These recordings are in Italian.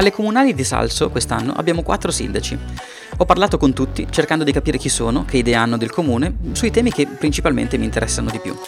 Alle comunali di Salso quest'anno abbiamo 4 sindaci. Ho parlato con tutti cercando di capire chi sono, che idee hanno del comune, sui temi che principalmente mi interessano di più.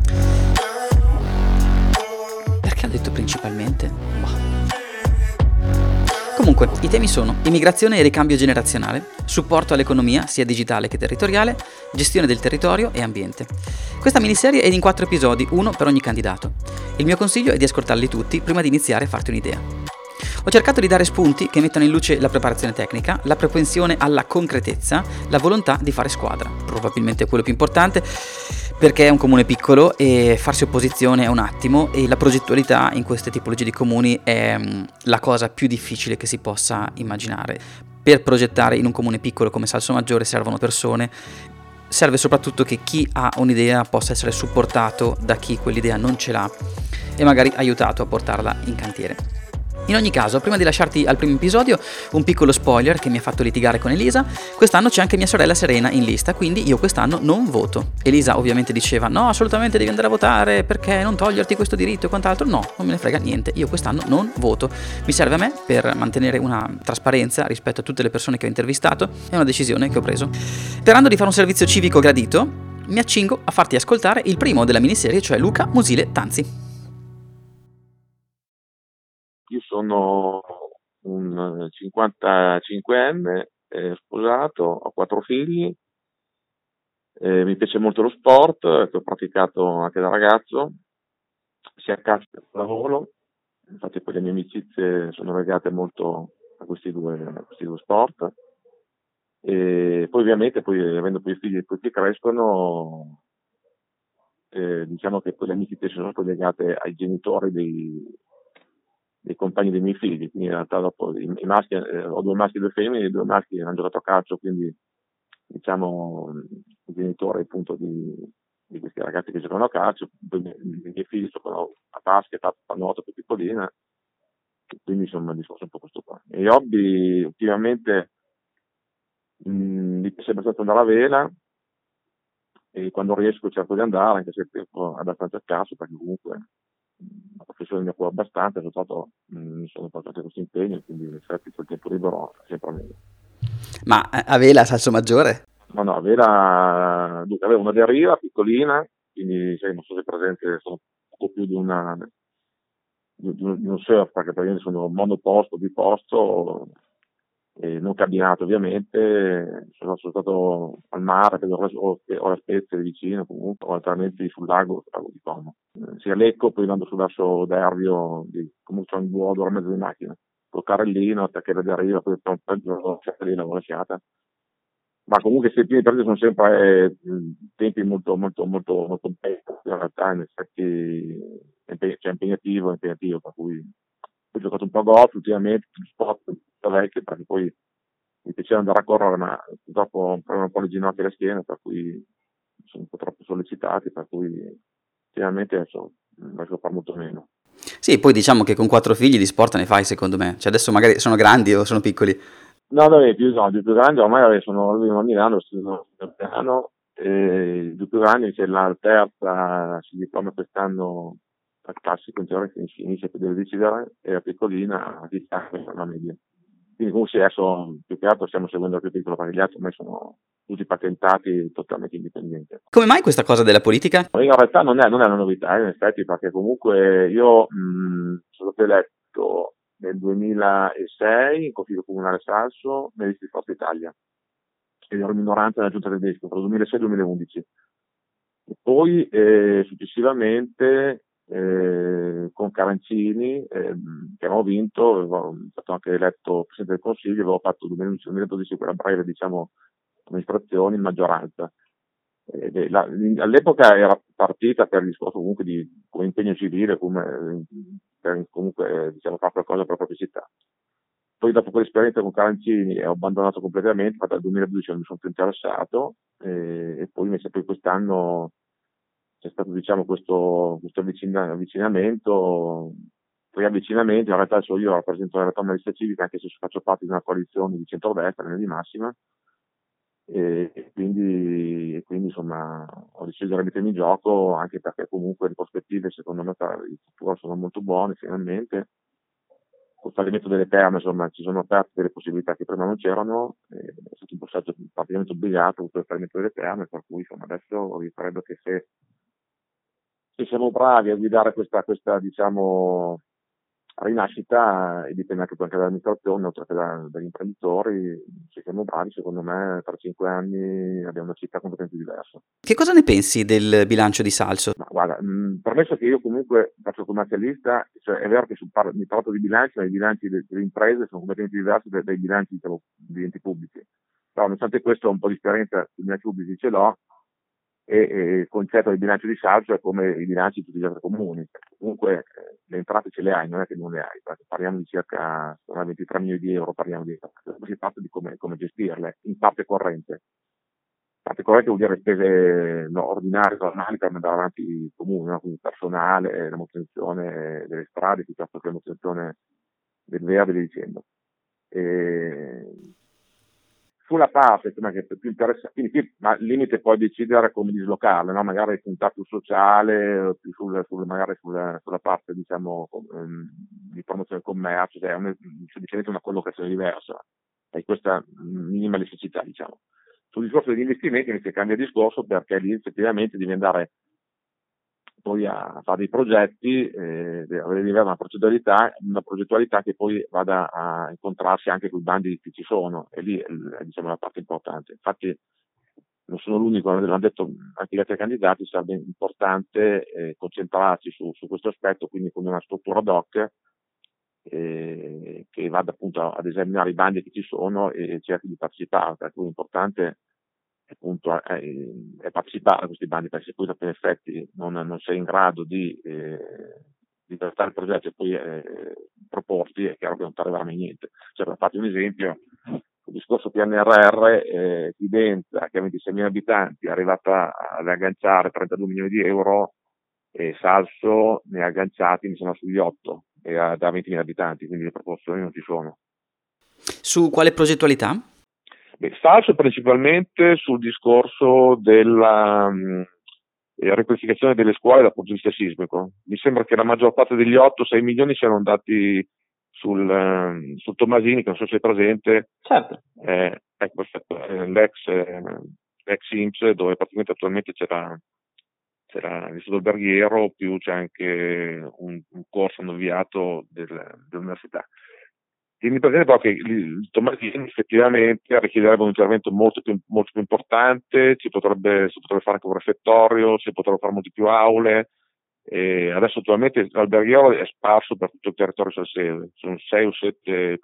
Perché ho detto principalmente? Boh. Comunque, i temi sono immigrazione e ricambio generazionale, supporto all'economia sia digitale che territoriale, gestione del territorio e ambiente. Questa miniserie è in 4 episodi, uno per ogni candidato. Il mio consiglio è di ascoltarli tutti prima di iniziare a farti un'idea. Ho cercato di dare spunti che mettano in luce la preparazione tecnica, la propensione alla concretezza, la volontà di fare squadra, probabilmente quello più importante, perché è un comune piccolo e farsi opposizione è un attimo e la progettualità in queste tipologie di comuni è la cosa più difficile che si possa immaginare. Per progettare in un comune piccolo come Salsomaggiore servono persone, serve soprattutto che chi ha un'idea possa essere supportato da chi quell'idea non ce l'ha e magari aiutato a portarla in cantiere. In ogni caso, prima di lasciarti al primo episodio, un piccolo spoiler che mi ha fatto litigare con Elisa: quest'anno c'è anche mia sorella Serena in lista, quindi io quest'anno non voto. Elisa ovviamente diceva: no, assolutamente devi andare a votare, perché non toglierti questo diritto e quant'altro. No, non me ne frega niente, io quest'anno non voto. Mi serve a me per mantenere una trasparenza rispetto a tutte le persone che ho intervistato, è una decisione che ho preso. Sperando di fare un servizio civico gradito, mi accingo a farti ascoltare il primo della miniserie, cioè Luca Musile Tanzi. Io sono un 55enne, sposato, ho 4 figli, mi piace molto lo sport, che ho praticato anche da ragazzo, sia a calcio che a lavoro, infatti poi le mie amicizie sono legate molto a questi due sport. E poi ovviamente, avendo poi i figli poi che crescono, diciamo che poi le amicizie sono poi legate ai genitori dei compagni dei miei figli, quindi in realtà dopo i maschi, ho 2 maschi e 2 femmine, i 2 maschi hanno giocato a calcio, quindi diciamo i genitori appunto di questi ragazzi che giocano a calcio, poi i miei figli giocano a basket, a nuoto più piccolina, quindi insomma il discorso è un po' questo qua. E hobby ultimamente mi piace abbastanza andare a vela, e quando riesco cerco di andare, anche se il tempo è abbastanza scarso, perché comunque la professione mi occupa abbastanza, soprattutto mi sono portato questo impegno, quindi in effetti quel tempo libero è sempre meglio. Ma a vela a Salsomaggiore? No, vera, dunque, avevo una deriva piccolina, quindi sai, non so se è presente, sono poco più di un surf, perché praticamente sono monoposto, biposto, e non cabinato ovviamente, sono stato al mare, che ho la Spezia vicino comunque, o altrimenti sul lago di Como. Sia Lecco, poi andando su verso Dervio, comunque c'è un vuoto a mezzo di macchina, col carrellino, attaccare da riva, poi per un pezzo lì l'avevo lasciata. Ma comunque questi primi periodi sono sempre tempi molto molto molto molto belli, in realtà in effetti cioè impegnativo, per cui ho giocato un po' a golf ultimamente, sport vecchio, perché poi mi piaceva andare a correre, ma purtroppo avevo un po' le ginocchia e la schiena, per cui sono un po' troppo sollecitati, per cui finalmente adesso riesco a fare molto meno. Sì, poi diciamo che con 4 figli di sport ne fai, secondo me. Cioè adesso magari sono grandi o sono piccoli. No, i più grandi ormai vivono a Milano, studiano a Milano, e i più grandi c'è la terza, si diploma quest'anno al classico, in teoria finisce per deve decidere, e la piccolina a distanza una media. Quindi comunque adesso più che altro stiamo seguendo il più piccolo, perché gli altri ormai sono tutti patentati, totalmente indipendenti. Come mai questa cosa della politica? In realtà non è una novità, in effetti, perché comunque io sono stato eletto nel 2006 in Consiglio Comunale Salso nelle liste di Forza Italia, ed ero in minoranza nella giunta tedesca tra il 2006 e il 2011. E poi successivamente con Carancini, che avevo vinto, avevo stato anche eletto Presidente del Consiglio, avevo fatto 2011-2012 quella breve, diciamo, amministrazione in maggioranza. All'epoca era partita per il discorso comunque come impegno civile, come per comunque diciamo fare qualcosa per la propria città. Poi dopo quell'esperienza con Carancini ho abbandonato completamente, ma dal 2012 non mi sono più interessato, e poi invece poi quest'anno c'è stato diciamo questo avvicinamento, poi avvicinamento, in realtà io rappresento in realtà una lista civica, anche se faccio parte di una coalizione di centrodestra, non di massima, e quindi insomma ho deciso di rimettermi in gioco, anche perché comunque le prospettive secondo me per il futuro sono molto buone finalmente, col fallimento delle terme, insomma, ci sono aperte delle possibilità che prima non c'erano, è stato un passaggio praticamente obbligato con il fallimento delle terme, per cui insomma adesso vi credo che se siamo bravi a guidare questa diciamo rinascita, e dipende anche dall'amministrazione, oltre che dagli imprenditori, se siamo bravi, secondo me tra 5 anni abbiamo una città completamente diversa. Che cosa ne pensi del bilancio di Salso? Ma guarda, premesso che io comunque faccio commercialista, cioè è vero che mi parlo di bilanci, ma i bilanci delle imprese sono completamente diversi dai bilanci, diciamo, di enti pubblici. Però nonostante questo ho un po' di esperienza sui bilanci pubblici, ce l'ho, e il concetto del bilancio di Salso è come i bilanci di tutti gli altri comuni. Comunque le entrate ce le hai, non è che non le hai, perché parliamo di circa 23 milioni di euro, parliamo di, si tratta di come gestirle, in parte corrente. Parte corrente vuol dire spese ordinarie, normali per mandare avanti il comune, no? Quindi personale, la manutenzione delle strade, piuttosto che la manutenzione del verde e via dicendo. Sulla parte insomma, che è più interessante, quindi qui ma al limite puoi decidere come dislocarle, no? Magari puntare più sociale, più magari sulla parte diciamo di promozione del commercio, cioè semplicemente una collocazione diversa, hai questa minima necessità, diciamo. Sul discorso degli investimenti invece cambia discorso, perché lì effettivamente devi andare poi a fare dei progetti, avere una progettualità che poi vada a incontrarsi anche con i bandi che ci sono, e lì è diciamo la parte importante. Infatti non sono l'unico, l'hanno detto anche gli altri candidati, sarebbe importante concentrarsi su questo aspetto, quindi con una struttura ad hoc che vada appunto ad esaminare i bandi che ci sono e cerchi di partecipare, perché l'importante appunto è partecipare a questi bandi, perché se poi in effetti non sei in grado di trattare il progetto e poi proporti, è chiaro che non ti arriverà mai niente. Cioè, per farti un esempio, il discorso PNRR, Fidenza, che ha 26.000 abitanti, è arrivata ad agganciare 32 milioni di euro, e Salso ne ha agganciati, mi sembra, sugli 8, e da 20.000 abitanti, quindi le proporzioni non ci sono. Su quale progettualità? Salso principalmente sul discorso della riqualificazione delle scuole dal punto di vista sismico. Mi sembra che la maggior parte degli 8-6 milioni siano andati sul Tomasini, che non so se è presente. Certo. Ecco, l'ex INPS, dove praticamente attualmente c'era l'Istituto Alberghiero, più c'è anche un corso hanno avviato dell'università. Tieni presente però che il Tomasini effettivamente richiederebbe un intervento molto più importante, si potrebbe fare anche un refettorio, si potrebbero fare molte più aule. Adesso attualmente l'alberghiero è sparso per tutto il territorio salsese, sono 6 o 7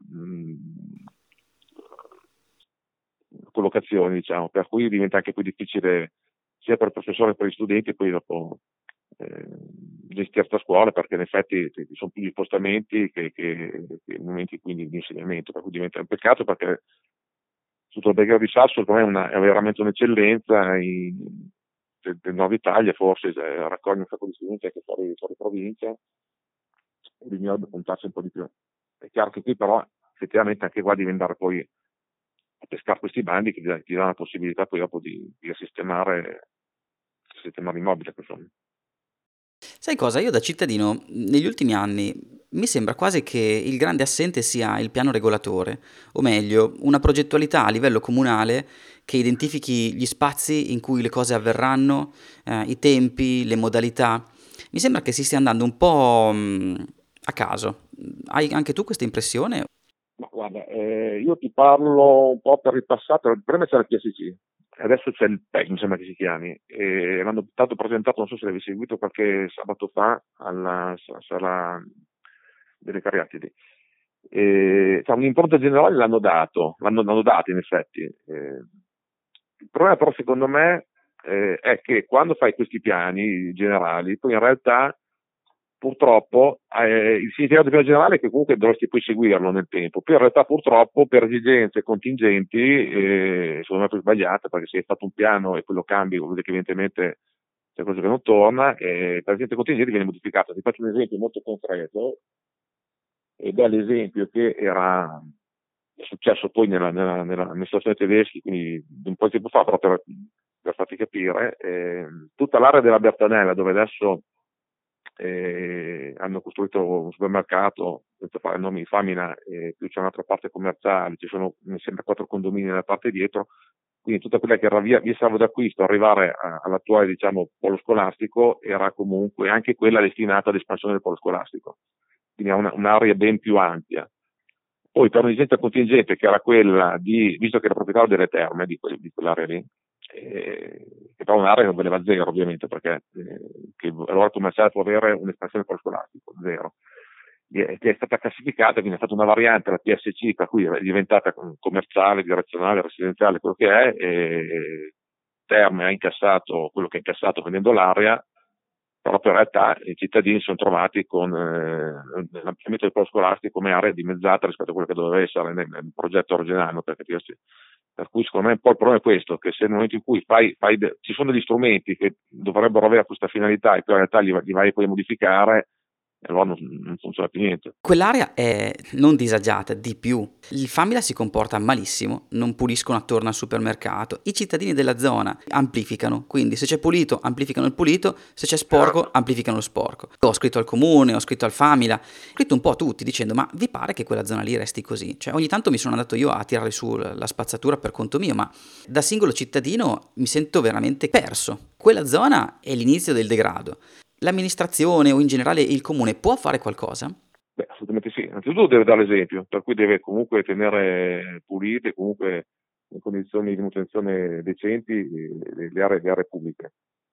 collocazioni, diciamo, per cui diventa anche più difficile sia per il professore che per gli studenti poi dopo gestire questa scuola, perché in effetti ci sono più gli spostamenti che momenti quindi di insegnamento, per cui diventa un peccato, perché tutto il Alberghiero di Salso è veramente un'eccellenza del Nord Italia, forse raccoglie un sacco di studenti anche fuori provincia, e bisognerebbe puntarsi un po' di più. È chiaro che qui però effettivamente anche qua devi andare poi a pescare questi bandi che ti danno la possibilità poi dopo di sistemare l'immobile, insomma. Sai cosa? Io da cittadino, negli ultimi anni, mi sembra quasi che il grande assente sia il piano regolatore, o meglio, una progettualità a livello comunale che identifichi gli spazi in cui le cose avverranno, i tempi, le modalità. Mi sembra che si stia andando un po' a caso. Hai anche tu questa impressione? Ma guarda, io ti parlo un po' per il passato. Prima c'era il PSC, adesso c'è il PEC, mi sembra che si chiami, e l'hanno stato presentato, non so se l'avevi seguito, qualche sabato fa alla sala delle Cariatidi. Un'impronta generale l'hanno dato in effetti. Il problema però secondo me è che quando fai questi piani generali, poi in realtà purtroppo il significato del piano generale è che comunque dovresti poi seguirlo nel tempo, poi in realtà purtroppo per esigenze contingenti secondo me è sbagliata, perché se hai fatto un piano e poi lo cambi vuol dire che evidentemente c'è cosa che non torna, e per esigenze contingenti viene modificato. Ti faccio un esempio molto concreto, ed è l'esempio che è successo poi nell'amministrazione Tedeschi, quindi un po' di tempo fa, però per farti capire, tutta l'area della Bertanella, dove adesso hanno costruito un supermercato senza fare nomi di famina, più c'è un'altra parte commerciale, ci sono mi sembra 4 condomini nella parte dietro, quindi tutta quella che era via salvo d'acquisto, arrivare all'attuale diciamo polo scolastico era comunque anche quella destinata all'espansione del polo scolastico, quindi ha un'area ben più ampia. Poi per un'esigenza contingente che era quella visto che era proprietario delle terme di quell'area lì, che però un'area non valeva zero ovviamente, perché che l'ora commerciale può avere un'espansione per scolastico, zero. Che è stata classificata, quindi è stata una variante, la PSC, per cui è diventata commerciale, direzionale, residenziale, quello che è, e Terme ha incassato quello che ha incassato vendendo l'area, però in realtà i cittadini si sono trovati con l'ampliamento del polo scolastico come area dimezzata rispetto a quello che doveva essere nel progetto originale, per capirsi. Per cui secondo me un po' il problema è questo, che se nel momento in cui ci sono degli strumenti che dovrebbero avere questa finalità e poi in realtà li vai poi a modificare, allora non funziona più niente. Quell'area è non disagiata, di più. Il Famila si comporta malissimo, non puliscono attorno al supermercato. I cittadini della zona amplificano, quindi se c'è pulito amplificano il pulito, se c'è sporco amplificano lo sporco. Ho scritto al comune, ho scritto al Famila, ho scritto un po' a tutti dicendo ma vi pare che quella zona lì resti così? Cioè ogni tanto mi sono andato io a tirare su la spazzatura per conto mio, ma da singolo cittadino mi sento veramente perso. Quella zona è l'inizio del degrado. L'amministrazione o in generale il comune può fare qualcosa? Beh, assolutamente sì. Innanzitutto deve dare l'esempio, per cui deve comunque tenere pulite, comunque in condizioni di manutenzione decenti le aree pubbliche.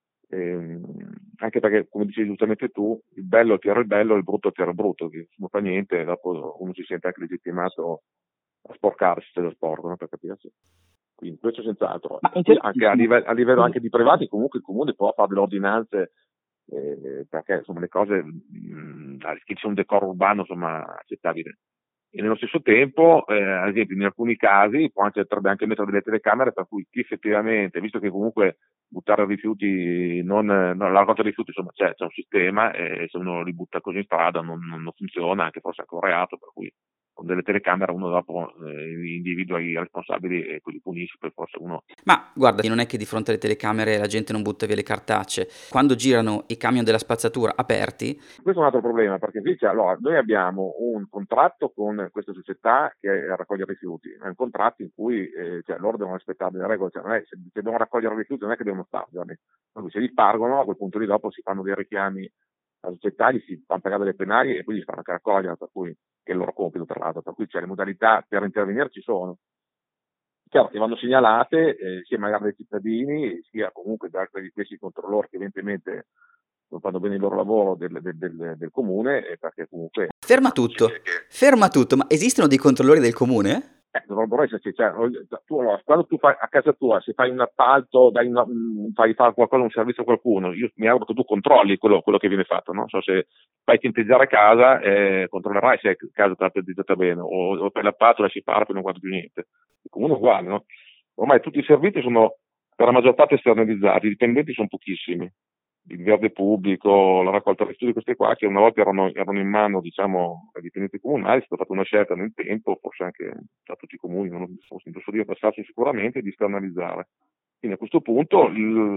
Anche perché, come dicevi giustamente tu, il bello attira il bello, il brutto attira il brutto, che non fa niente, dopo uno si sente anche legittimato a sporcarsi se lo sporco, no? Per capirsi. Quindi questo senz'altro. Anche a livello anche di privati, comunque il comune può fare delle ordinanze, perché insomma le cose che c'è un decoro urbano insomma accettabile. E nello stesso tempo, ad esempio, in alcuni casi potrebbe anche mettere delle telecamere per cui chi effettivamente, visto che comunque buttare rifiuti, la raccolta dei rifiuti, insomma, c'è un sistema, e se uno li butta così in strada non funziona, anche forse anche un reato, per cui con delle telecamere uno dopo individua i responsabili e quelli punisce, poi forse uno... Ma guarda, non è che di fronte alle telecamere la gente non butta via le cartacce. Quando girano i camion della spazzatura aperti... Questo è un altro problema, perché invece allora, noi abbiamo un contratto con questa società che raccoglie rifiuti, è un contratto in cui loro devono rispettare delle regole, cioè non è, se devono raccogliere rifiuti non è che devono starli, se li spargono a quel punto lì dopo si fanno dei richiami alla società, gli si fanno pagare delle penali e quindi si fanno anche raccogliere, per cui che è il loro compito tra l'altro, per cui le modalità per intervenire ci sono. Chiaro che vanno segnalate sia magari dai cittadini sia comunque da questi controllori che evidentemente non fanno bene il loro lavoro del comune, perché comunque... Ferma tutto, ma esistono dei controllori del comune? Dovrebbero esserci, quando tu fai a casa tua, se fai un appalto, fai fare qualcosa, un servizio a qualcuno, io mi auguro che tu controlli quello che viene fatto, no? So se fai tinteggiare casa, controllerai se casa è stata tinteggiata bene, o per l'appalto lasci fare, poi non guardi più niente. Il comune è uguale, no? Ormai tutti i servizi sono per la maggior parte esternalizzati, i dipendenti sono pochissimi. Il verde pubblico, la raccolta dei rifiuti, queste qua che una volta erano in mano, diciamo, ai dipendenti comunali, è stata fatta una scelta nel tempo, forse anche da tutti i comuni, non sono sentito dire passato sicuramente, di esternalizzare. Quindi a questo punto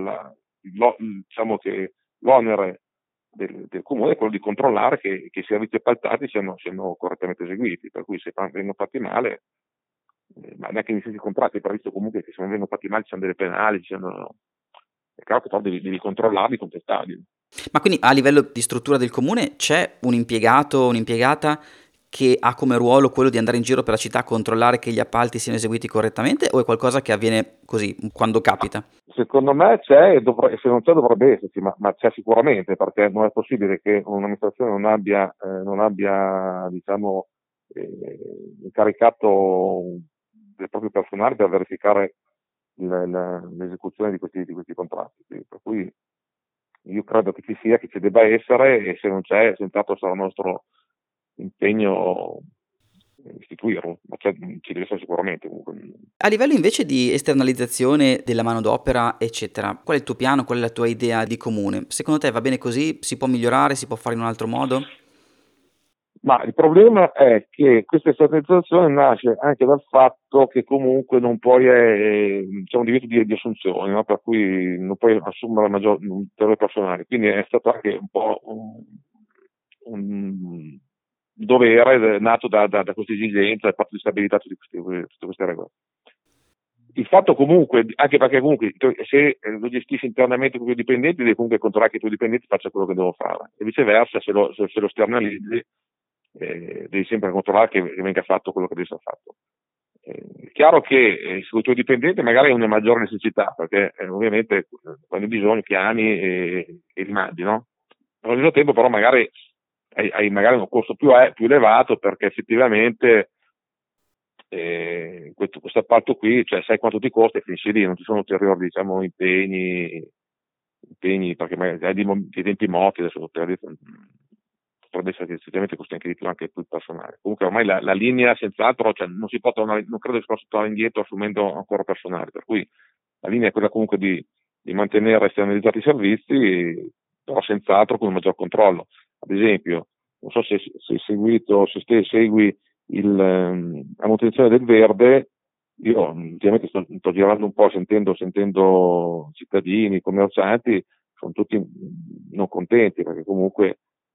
diciamo che l'onere del comune è quello di controllare che i servizi appaltati siano correttamente eseguiti, per cui se vengono fatti male, ma neanche nei stessi contratti è previsto comunque che se non vengono fatti male ci sono delle penali, è chiaro che però devi controllarli, contestarli. Ma quindi a livello di struttura del comune c'è un impiegato, un'impiegata che ha come ruolo quello di andare in giro per la città a controllare che gli appalti siano eseguiti correttamente, o è qualcosa che avviene così, quando capita? Secondo me c'è, e se non c'è dovrebbe esserci, ma c'è sicuramente, perché non è possibile che un'amministrazione non abbia diciamo, incaricato del proprio personale per verificare l'esecuzione di questi contratti. Per cui io credo che ci debba essere, e se non c'è, senz'altro sarà il nostro impegno istituirlo, ma ci deve essere sicuramente comunque. A livello invece di esternalizzazione della manodopera, eccetera, qual è il tuo piano, qual è la tua idea di comune? Secondo te va bene così? Si può migliorare? Si può fare in un altro modo? Ma il problema è che questa esternalizzazione nasce anche dal fatto che comunque non puoi, c'è un divieto di assunzione, no? Per cui non puoi assumere ulteriori personali, quindi è stato anche un po' un dovere nato da questa esigenza, il patto di stabilità, tutte queste regole. Il fatto comunque, anche perché comunque se lo gestisci internamente con i tuoi dipendenti, devi comunque controllare che i tuoi dipendenti facciano quello che devono fare, e viceversa se lo esternalizzi devi sempre controllare che venga fatto quello che deve essere fatto. È chiaro che se i tuoi dipendenti magari hai una maggiore necessità, perché ovviamente quando hai bisogno chiami e li mandi, no? Allo stesso tempo però magari hai magari un costo più elevato, perché effettivamente questo appalto qui, cioè sai quanto ti costa e finisci lì, non ci sono ulteriori, diciamo, impegni, perché magari hai dei tempi morti, adesso potrebbe essere che effettivamente costi anche di più, anche più il personale. Comunque ormai la linea senz'altro, cioè non credo che si possa tornare indietro assumendo ancora personale, per cui la linea è quella comunque di mantenere esternalizzati i servizi, però senz'altro con un maggior controllo. Ad esempio, non so se te segui la manutenzione del verde. Io ultimamente sto girando un po', sentendo cittadini, commercianti, sono tutti non contenti, perché comunque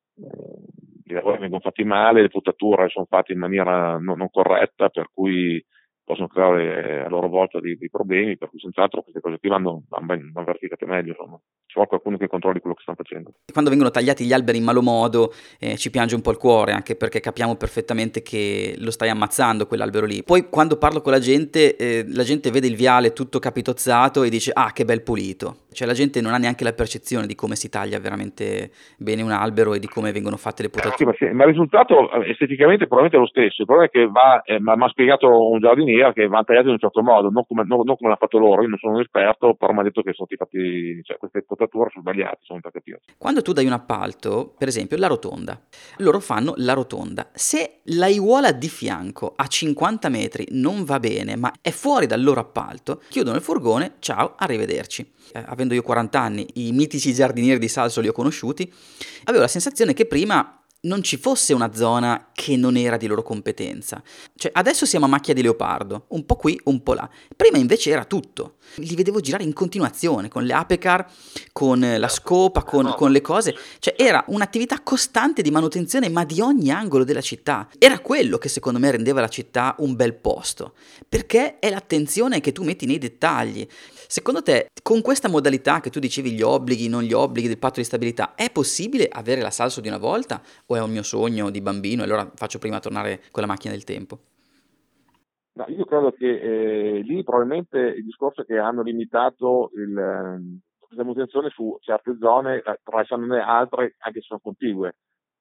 i lavori vengono fatti male, le potature sono fatte in maniera non corretta, per cui possono creare a loro volta dei problemi, per cui senz'altro queste cose qui vanno verificate meglio, insomma. Ci vuole qualcuno che controlli quello che stanno facendo. Quando vengono tagliati gli alberi in malo modo ci piange un po' il cuore, anche perché capiamo perfettamente che lo stai ammazzando quell'albero lì. Poi quando parlo con la gente vede il viale tutto capitozzato e dice ah, che bel pulito. Cioè la gente non ha neanche la percezione di come si taglia veramente bene un albero e di come vengono fatte le potature. Sì, ma il risultato esteticamente probabilmente è lo stesso. Il problema è che mi ha spiegato un giardiniere che va tagliato in un certo modo, non come l'ha fatto loro. Io non sono un esperto, però mi ha detto che sono stati fatti, cioè queste potature sono sbagliate, sono per capire. Quando tu dai un appalto, per esempio la rotonda, loro fanno la rotonda. Se l'aiuola di fianco a 50 metri non va bene, ma è fuori dal loro appalto, chiudono il furgone, ciao, arrivederci. Avendo io 40 anni, i mitici giardinieri di Salso li ho conosciuti, avevo la sensazione che prima non ci fosse una zona che non era di loro competenza. Cioè, adesso siamo a macchia di leopardo, un po' qui, un po' là. Prima invece era tutto. Li vedevo girare in continuazione, con le apecar, con la scopa, con le cose. Cioè, era un'attività costante di manutenzione, ma di ogni angolo della città. Era quello che secondo me rendeva la città un bel posto, perché è l'attenzione che tu metti nei dettagli. Secondo te, con questa modalità che tu dicevi, gli obblighi, non gli obblighi del patto di stabilità, è possibile avere la Salso di una volta? O è un mio sogno di bambino e allora faccio prima tornare con la macchina del tempo? No, io credo che lì probabilmente il discorso è che hanno limitato la manutenzione su certe zone, tralasciandone altre anche se sono contigue.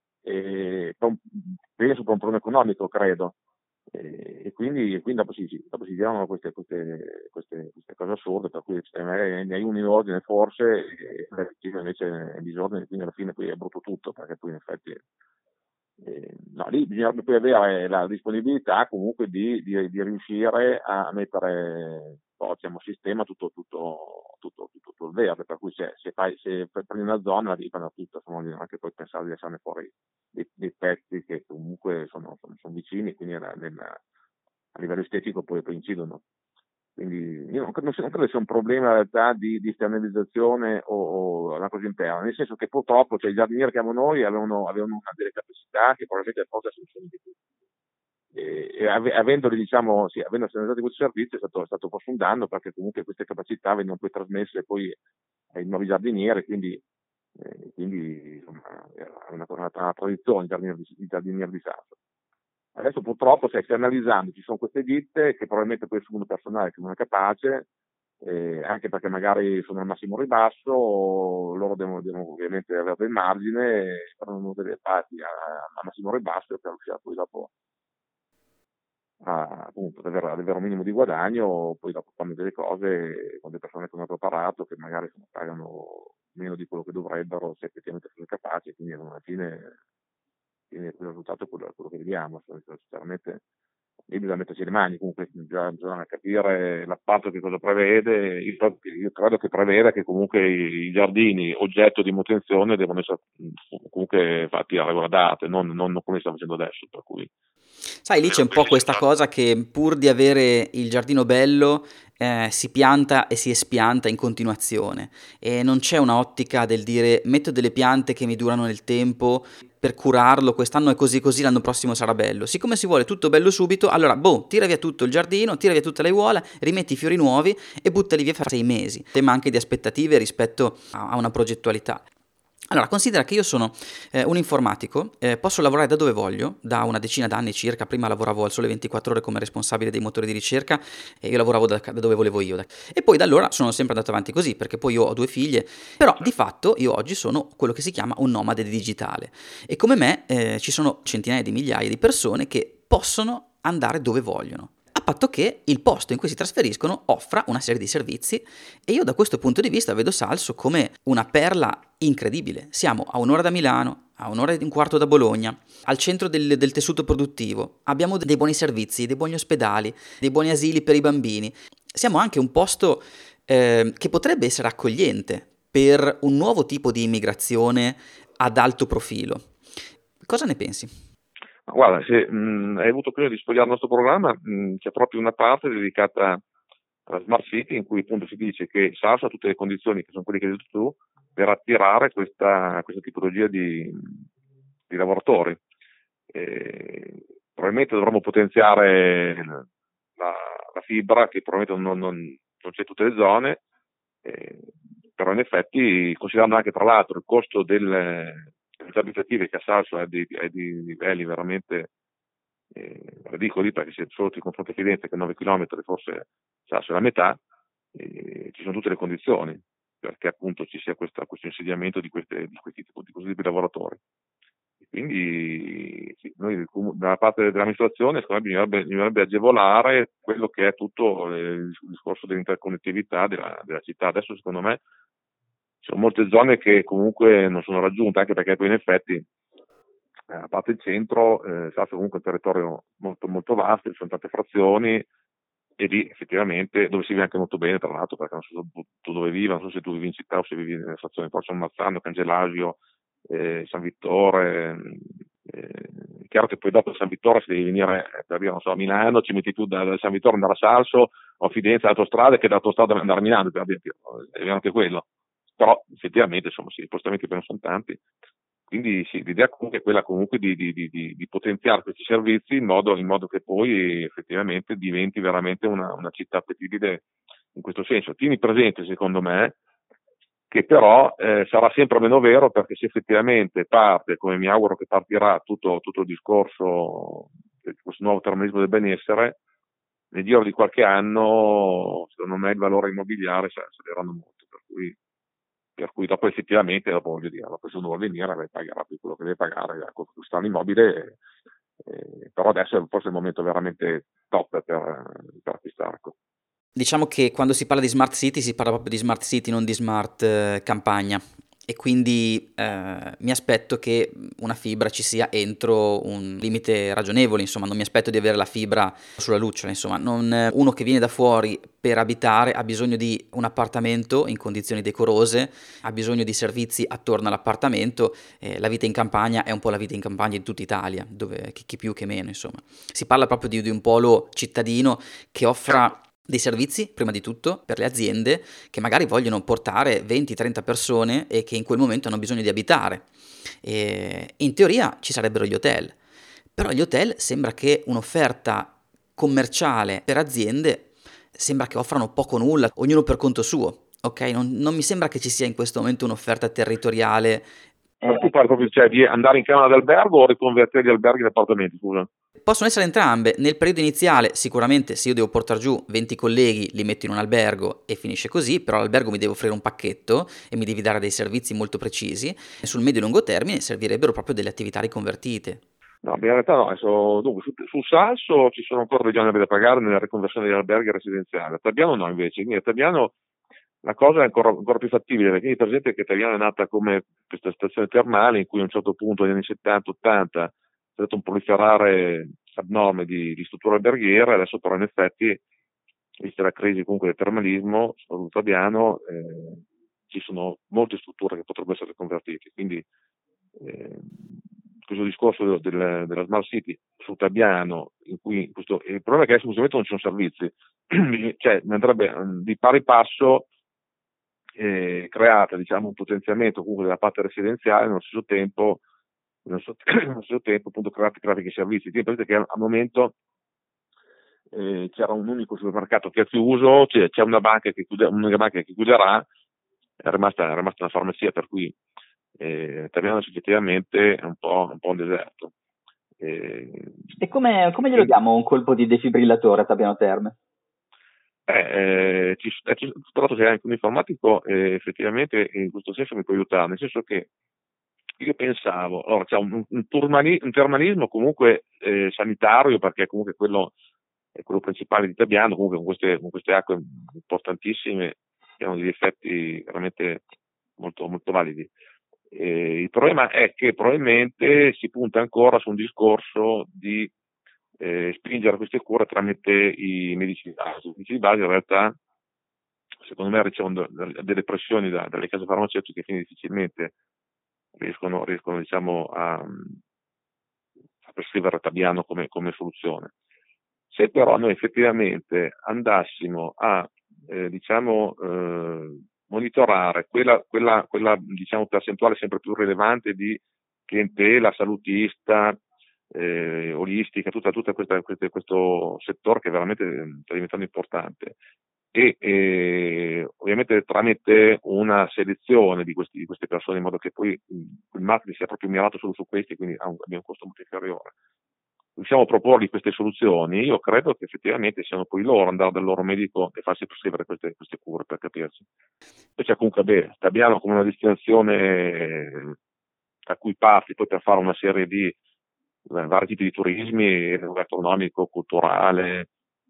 Penso per un problema economico, credo. E quindi dopo si girano queste cose assurde, per cui magari ne hai uno in ordine forse e invece è in disordine, quindi alla fine poi è brutto tutto, perché poi in effetti no, lì bisogna poi avere la disponibilità comunque di riuscire a mettere diciamo, sistema tutto il verde, per cui se prendi una zona devi fare tutta, insomma, anche poi pensare di lasciarne fuori dei pezzi che comunque sono vicini, quindi a livello estetico poi incidono. Quindi io non credo sia un problema in realtà di esternalizzazione o una cosa interna, nel senso che purtroppo i giardinieri che avevamo noi avevano una delle capacità che probabilmente forse sono di più. E avendoli, diciamo, avendo esternalizzato questi servizi è stato forse un danno, perché comunque queste capacità vengono poi trasmesse poi ai nuovi giardinieri, quindi insomma era una tradizione il giardiniere di Salso. Adesso purtroppo esternalizzando ci sono queste ditte che probabilmente poi assumono personale che non è capace, anche perché magari sono al massimo ribasso, loro devono ovviamente avere del margine, fanno delle parti a massimo ribasso per riuscire poi dopo appunto ad avere un minimo di guadagno, poi dopo fanno delle cose con delle persone con un altro apparato che magari pagano meno di quello che dovrebbero se effettivamente sono capaci, quindi alla fine il risultato è quello che vediamo. Sinceramente lì bisogna metterci le mani, comunque bisogna capire l'appalto che cosa prevede. Io credo che preveda che comunque i giardini oggetto di manutenzione devono essere comunque fatti a regola d'arte, non come stiamo facendo adesso, per cui sai, lì c'è un po' questa cosa che pur di avere il giardino bello si pianta e si espianta in continuazione e non c'è una ottica del dire metto delle piante che mi durano nel tempo per curarlo, quest'anno è così così, l'anno prossimo sarà bello. Siccome si vuole tutto bello subito, allora tira via tutto il giardino, tira via tutte le aiuola, rimetti i fiori nuovi e buttali via fra 6 mesi. Tema anche di aspettative rispetto a una progettualità. Allora, considera che io sono un informatico, posso lavorare da dove voglio, da una decina d'anni circa. Prima lavoravo al Sole 24 Ore come responsabile dei motori di ricerca e io lavoravo da dove volevo io. E poi da allora sono sempre andato avanti così, perché poi io ho 2 figlie, però di fatto io oggi sono quello che si chiama un nomade digitale e come me ci sono centinaia di migliaia di persone che possono andare dove vogliono, a patto che il posto in cui si trasferiscono offra una serie di servizi, e io da questo punto di vista vedo Salso come una perla incredibile. Siamo a un'ora da Milano, a un'ora e un quarto da Bologna, al centro del tessuto produttivo, abbiamo dei buoni servizi, dei buoni ospedali, dei buoni asili per i bambini. Siamo anche un posto che potrebbe essere accogliente per un nuovo tipo di immigrazione ad alto profilo. Cosa ne pensi? Guarda, se hai avuto occasione di sfogliare il nostro programma, c'è proprio una parte dedicata alla Smart City in cui appunto si dice che Salso ha tutte le condizioni, che sono quelle che hai detto tu, per attirare questa tipologia di lavoratori. Probabilmente dovremmo potenziare la fibra, che probabilmente non c'è in tutte le zone, però in effetti, considerando anche tra l'altro il costo delle abitative, che a Salso è di livelli veramente ridicoli, perché se solo ti confronti a Firenze, che 9 km forse Salso è la metà, ci sono tutte le condizioni perché appunto ci sia questo insediamento di questi tipi di lavoratori. E quindi sì, noi dalla parte dell'amministrazione secondo me bisognerebbe agevolare quello che è tutto il discorso dell'interconnettività della città. Adesso secondo me ci sono molte zone che comunque non sono raggiunte, anche perché poi in effetti a parte il centro, Salso comunque è un territorio molto, molto vasto, ci sono tante frazioni, e lì effettivamente dove si vive anche molto bene, tra l'altro, perché non so tu dove vivi, non so se tu vivi in città o se vivi nelle frazioni, poi San Marzano, Cangelasio, San Vittore. È chiaro che poi dopo San Vittore, se devi venire per dire, non so, a Milano, ci metti tu da San Vittore andare a Salso, o a Fidenza l'autostrada, che dall'autostrada andare a Milano, per dire, è anche quello. Però effettivamente insomma sì, i spostamenti non sono tanti, quindi sì, l'idea comunque è quella comunque di potenziare questi servizi in modo che poi effettivamente diventi veramente una città appetibile in questo senso. Tieni presente, secondo me, che però sarà sempre meno vero, perché se effettivamente parte, come mi auguro che partirà, tutto il discorso di questo nuovo terrorismo del benessere, nel giro di qualche anno secondo me il valore immobiliare saleranno molto, per cui dopo effettivamente, voglio dire, dopo se uno vuole venire pagherà più quello che deve pagare a acquistare un immobile, però adesso è forse il momento veramente top per acquistare. Diciamo che quando si parla di smart city si parla proprio di smart city, non di smart campagna, e quindi mi aspetto che una fibra ci sia entro un limite ragionevole, insomma non mi aspetto di avere la fibra sulla lucciola, insomma uno che viene da fuori per abitare ha bisogno di un appartamento in condizioni decorose, ha bisogno di servizi attorno all'appartamento. La vita in campagna è un po' la vita in campagna in tutta Italia, dove chi più che meno, insomma si parla proprio di un polo cittadino che offra dei servizi, prima di tutto, per le aziende che magari vogliono portare 20-30 persone e che in quel momento hanno bisogno di abitare. E in teoria ci sarebbero gli hotel, però gli hotel sembra che un'offerta commerciale per aziende sembra che offrano poco o nulla, ognuno per conto suo, ok? Non mi sembra che ci sia in questo momento un'offerta territoriale. Tu parli proprio, cioè, di andare in camera d'albergo o riconvertire gli alberghi in appartamenti, scusa? Possono essere entrambe. Nel periodo iniziale sicuramente se io devo portare giù 20 colleghi li metto in un albergo e finisce così, però l'albergo mi deve offrire un pacchetto e mi devi dare dei servizi molto precisi, e sul medio e lungo termine servirebbero proprio delle attività riconvertite. No, in realtà no, dunque, su Salso ci sono ancora degli oneri da pagare nella riconversione degli alberghi residenziali. A Trebbiano no, invece. A Trebbiano la cosa è ancora più fattibile, perché per esempio che Trebbiano è nata come questa stazione termale in cui a un certo punto, negli anni 70-80, c'è stato un proliferare abnorme di strutture alberghiere. Adesso però in effetti, vista la crisi comunque del termalismo, soprattutto a Trebbiano, ci sono molte strutture che potrebbero essere convertite. Quindi questo discorso della Smart City su Trebbiano, in cui il problema è che adesso non ci sono servizi, cioè andrebbe di pari passo creata, diciamo, un potenziamento comunque della parte residenziale, nello stesso tempo Nello stesso tempo appunto creare dei servizi. Tieni presente che al momento c'era un unico supermercato che è chiuso, c'è una banca che chiuderà, è rimasta una farmacia, per cui Taviano effettivamente è un po' un deserto. E come glielo diamo un colpo di defibrillatore a Tabiano Terme? Tra l'altro c'è anche un informatico, effettivamente in questo senso mi può aiutare, nel senso che io pensavo, allora c'è un termalismo comunque sanitario, perché comunque quello è quello principale di Tabiano, comunque con queste acque importantissime che hanno degli effetti veramente molto, molto validi. Il problema è che probabilmente si punta ancora su un discorso di spingere queste cure tramite i medici di base. I medici di base in realtà, secondo me, ricevono delle pressioni dalle case farmaceutiche, quindi difficilmente riescono diciamo, a prescrivere Tabiano come soluzione. Se però noi effettivamente andassimo a monitorare quella diciamo, percentuale sempre più rilevante di clientela salutista, olistica, tutto questo settore che veramente sta diventando importante, e ovviamente tramite una selezione di queste persone, in modo che poi il marketing sia proprio mirato solo su questi, quindi abbia un costo molto inferiore, riusciamo a proporgli queste soluzioni, io credo che effettivamente siano poi loro andare dal loro medico e farsi prescrivere queste cure, per capirci. Poi c'è comunque Tabiano come una destinazione a cui parti poi per fare una serie di vari tipi di turismi, gastronomico, culturale,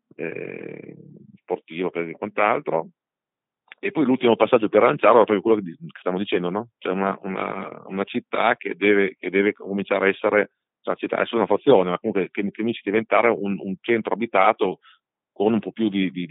sportivo e quant'altro. E poi l'ultimo passaggio per lanciarlo è proprio quello che stiamo dicendo, no? Cioè una città che deve cominciare a essere, cioè città, essere una frazione, ma comunque che cominci a diventare un centro abitato con un po' più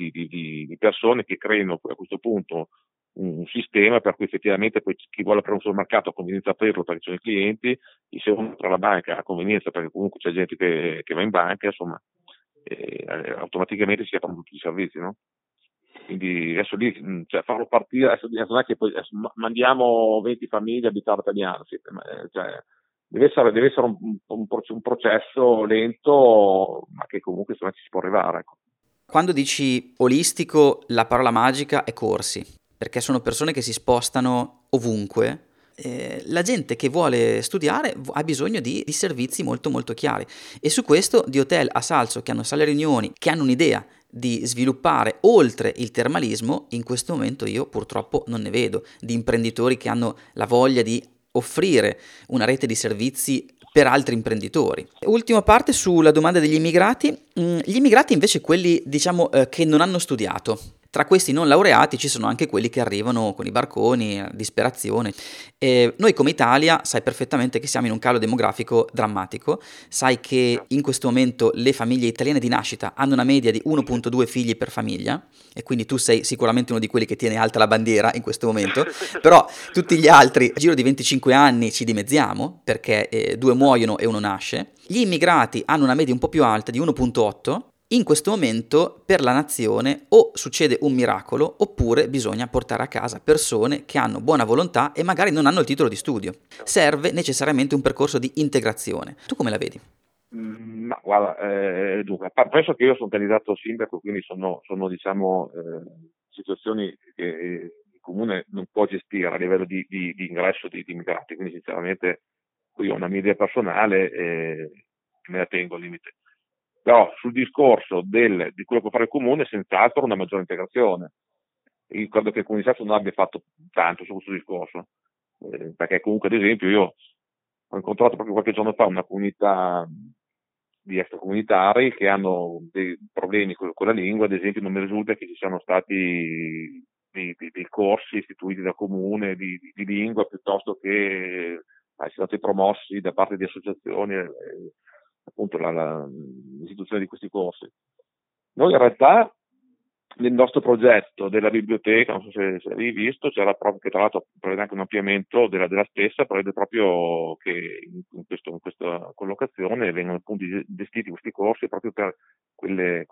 di persone che creino a questo punto un sistema per cui effettivamente poi chi vuole aprire un supermercato ha convenienza a aprirlo perché ci sono i clienti, chi si vuole entrare alla banca ha convenienza perché comunque c'è gente che va in banca, insomma, automaticamente si aprono tutti i servizi, no? Quindi adesso lì, cioè, farlo partire, adesso non è che poi mandiamo 20 famiglie a abitare a Tabiano, cioè, deve essere un processo lento, ma che comunque insomma, ci si può arrivare. Ecco. Quando dici olistico, la parola magica è corsi, perché sono persone che si spostano ovunque. La gente che vuole studiare ha bisogno di servizi molto molto chiari, e su questo di hotel a Salso che hanno sale riunioni, che hanno un'idea di sviluppare oltre il termalismo, in questo momento io purtroppo non ne vedo, di imprenditori che hanno la voglia di offrire una rete di servizi per altri imprenditori. Ultima parte sulla domanda degli immigrati. Gli immigrati invece, quelli diciamo che non hanno studiato. Tra questi non laureati ci sono anche quelli che arrivano con i barconi, a disperazione. Noi come Italia sai perfettamente che siamo in un calo demografico drammatico, sai che in questo momento le famiglie italiane di nascita hanno una media di 1,2 figli per famiglia, e quindi tu sei sicuramente uno di quelli che tiene alta la bandiera in questo momento, però tutti gli altri, a giro di 25 anni ci dimezziamo, perché 2 muoiono e 1 nasce. Gli immigrati hanno una media un po' più alta di 1,8. In questo momento per la nazione o succede un miracolo oppure bisogna portare a casa persone che hanno buona volontà e magari non hanno il titolo di studio. Serve necessariamente un percorso di integrazione. Tu come la vedi? Ma guarda, dunque, penso che io sono candidato sindaco, quindi sono diciamo, situazioni che il comune non può gestire a livello di ingresso di immigrati, quindi sinceramente io ho una mia idea personale e me la tengo al limite. Però sul discorso di quello che può fare il comune, senz'altro una maggiore integrazione. Io credo che il comune di Sasso non abbia fatto tanto su questo discorso, perché comunque ad esempio io ho incontrato proprio qualche giorno fa una comunità di extracomunitari che hanno dei problemi con la lingua, ad esempio non mi risulta che ci siano stati dei corsi istituiti dal comune di lingua, piuttosto che siano stati promossi da parte di associazioni appunto l'istituzione di questi corsi. Noi in realtà nel nostro progetto della biblioteca, non so se avevi visto, c'era proprio, che tra l'altro prevede anche un ampliamento della stessa, prevede proprio che in questa collocazione vengano appunto gestiti questi corsi proprio per quelle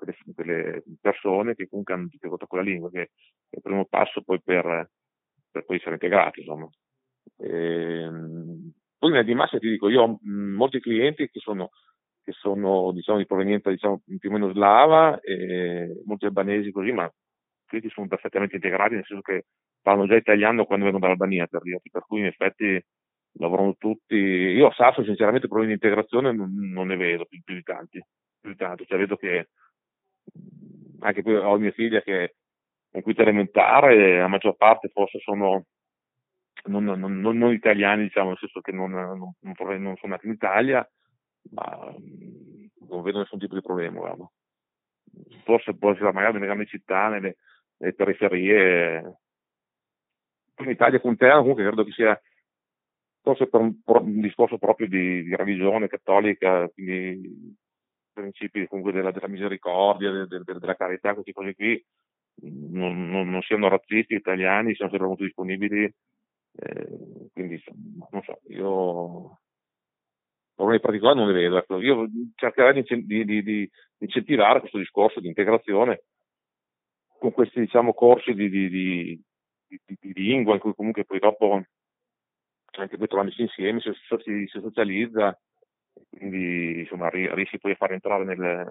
persone che comunque hanno difficoltà con la lingua, che è il primo passo poi per poi essere integrati, insomma. Poi di massa ti dico, io ho molti clienti che sono diciamo di provenienza diciamo più o meno slava, e molti albanesi così, ma questi sono perfettamente integrati, nel senso che parlano già italiano quando vengono dall'Albania, per dirti, per cui in effetti lavorano tutti. Io a Sasso sinceramente problemi di integrazione non ne vedo più di tanto, cioè vedo che anche qui ho mia figlia che è in quinta elementare, la maggior parte forse sono non italiani, diciamo, nel senso che non sono nati in Italia, ma non vedo nessun tipo di problema, guarda. Forse può essere magari nelle grandi città, nelle periferie. In Italia interna comunque credo che sia forse per un discorso proprio di religione cattolica, quindi principi comunque della misericordia, della carità, queste cose qui, non siano razzisti italiani, siano sempre molto disponibili, quindi non so, io problemi particolari non ne vedo. Ecco. Io cercherei di incentivare questo discorso di integrazione con questi diciamo corsi di lingua, in cui comunque poi dopo anche poi trovandosi insieme si socializza, quindi insomma riesci poi a far entrare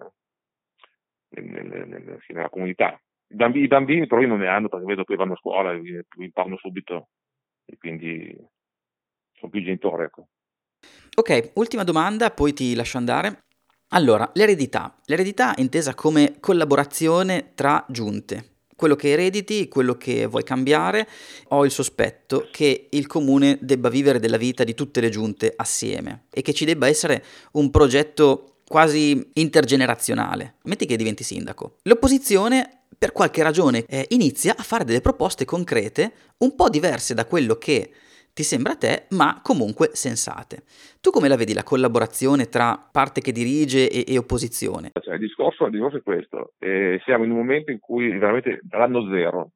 nella comunità. I bambini però non ne hanno, perché vedo che vanno a scuola e imparano subito, e quindi sono più genitori, ecco. Ok, ultima domanda, poi ti lascio andare. Allora, l'eredità intesa come collaborazione tra giunte. Quello che erediti, quello che vuoi cambiare, ho il sospetto che il comune debba vivere della vita di tutte le giunte assieme e che ci debba essere un progetto quasi intergenerazionale. Metti che diventi sindaco. L'opposizione, per qualche ragione, inizia a fare delle proposte concrete un po' diverse da quello che ti sembra a te, ma comunque sensate. Tu come la vedi la collaborazione tra parte che dirige e opposizione? Cioè, il discorso è questo. Siamo in un momento in cui veramente dall'anno zero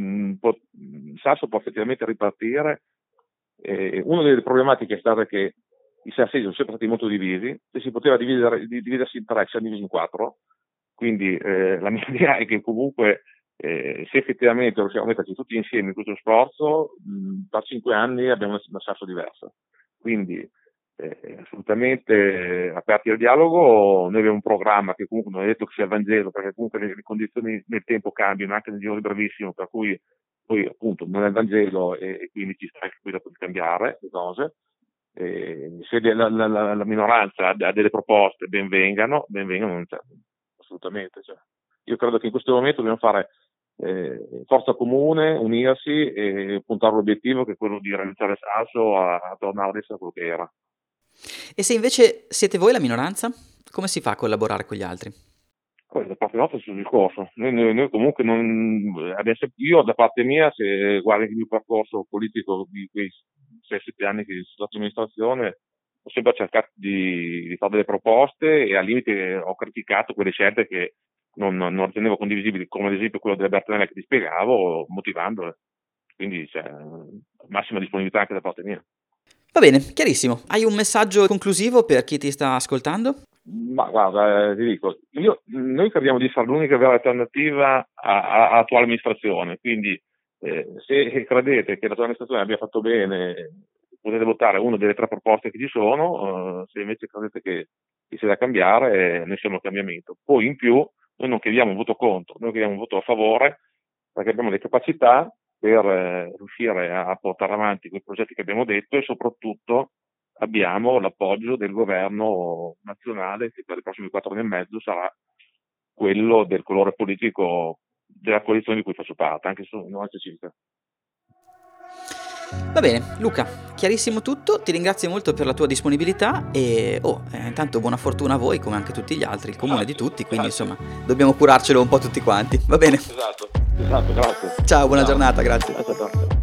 Sasso può effettivamente ripartire. Una delle problematiche è stata che i sassesi sono sempre stati molto divisi, e si poteva dividersi in tre, si è divisi in quattro. Quindi la mia idea è che comunque se effettivamente riusciamo a metterci tutti insieme in questo sforzo, tra 5 anni abbiamo una Sasso diversa. Quindi assolutamente aperti al dialogo. Noi abbiamo un programma che comunque non è detto che sia il Vangelo, perché comunque le condizioni nel tempo cambiano anche nel giro di brevissimo, per cui poi appunto non è il Vangelo, e quindi ci sta anche qui da poter cambiare le cose. Se la minoranza ha delle proposte, ben vengano, non c'è, assolutamente. Cioè. Io credo che in questo momento dobbiamo fare forza comune, unirsi e puntare all'obiettivo, che è quello di realizzare Sasso a tornare ad essere quello che era. E se invece siete voi la minoranza, come si fa a collaborare con gli altri? Da parte nostra sul discorso. Noi comunque io da parte mia, se guardi il mio percorso politico di quei 6-7 anni che sono stato in amministrazione, ho sempre cercato di fare delle proposte, e al limite ho criticato quelle scelte che non ritenevo condivisibili, come ad esempio quello delle Bertanella che ti spiegavo, motivandole. Quindi c'è massima disponibilità anche da parte mia. Va bene, chiarissimo. Hai un messaggio conclusivo per chi ti sta ascoltando? Ma guarda, ti dico, noi crediamo di essere l'unica vera alternativa all'attuale amministrazione, quindi se credete che l'attuale amministrazione abbia fatto bene, potete votare una delle 3 proposte che ci sono. Se invece credete che sia da cambiare, noi siamo il cambiamento. Poi in più noi non chiediamo un voto contro, noi chiediamo un voto a favore, perché abbiamo le capacità per riuscire a portare avanti quei progetti che abbiamo detto, e soprattutto abbiamo l'appoggio del governo nazionale, che per i prossimi 4 anni e mezzo sarà quello del colore politico della coalizione di cui faccio parte, anche se non c'è civica. Va bene, Luca, chiarissimo tutto, ti ringrazio molto per la tua disponibilità e intanto buona fortuna a voi come anche tutti gli altri, il comune di tutti, quindi insomma dobbiamo curarcelo un po' tutti quanti, va bene? Esatto, grazie. Ciao, buona giornata, grazie.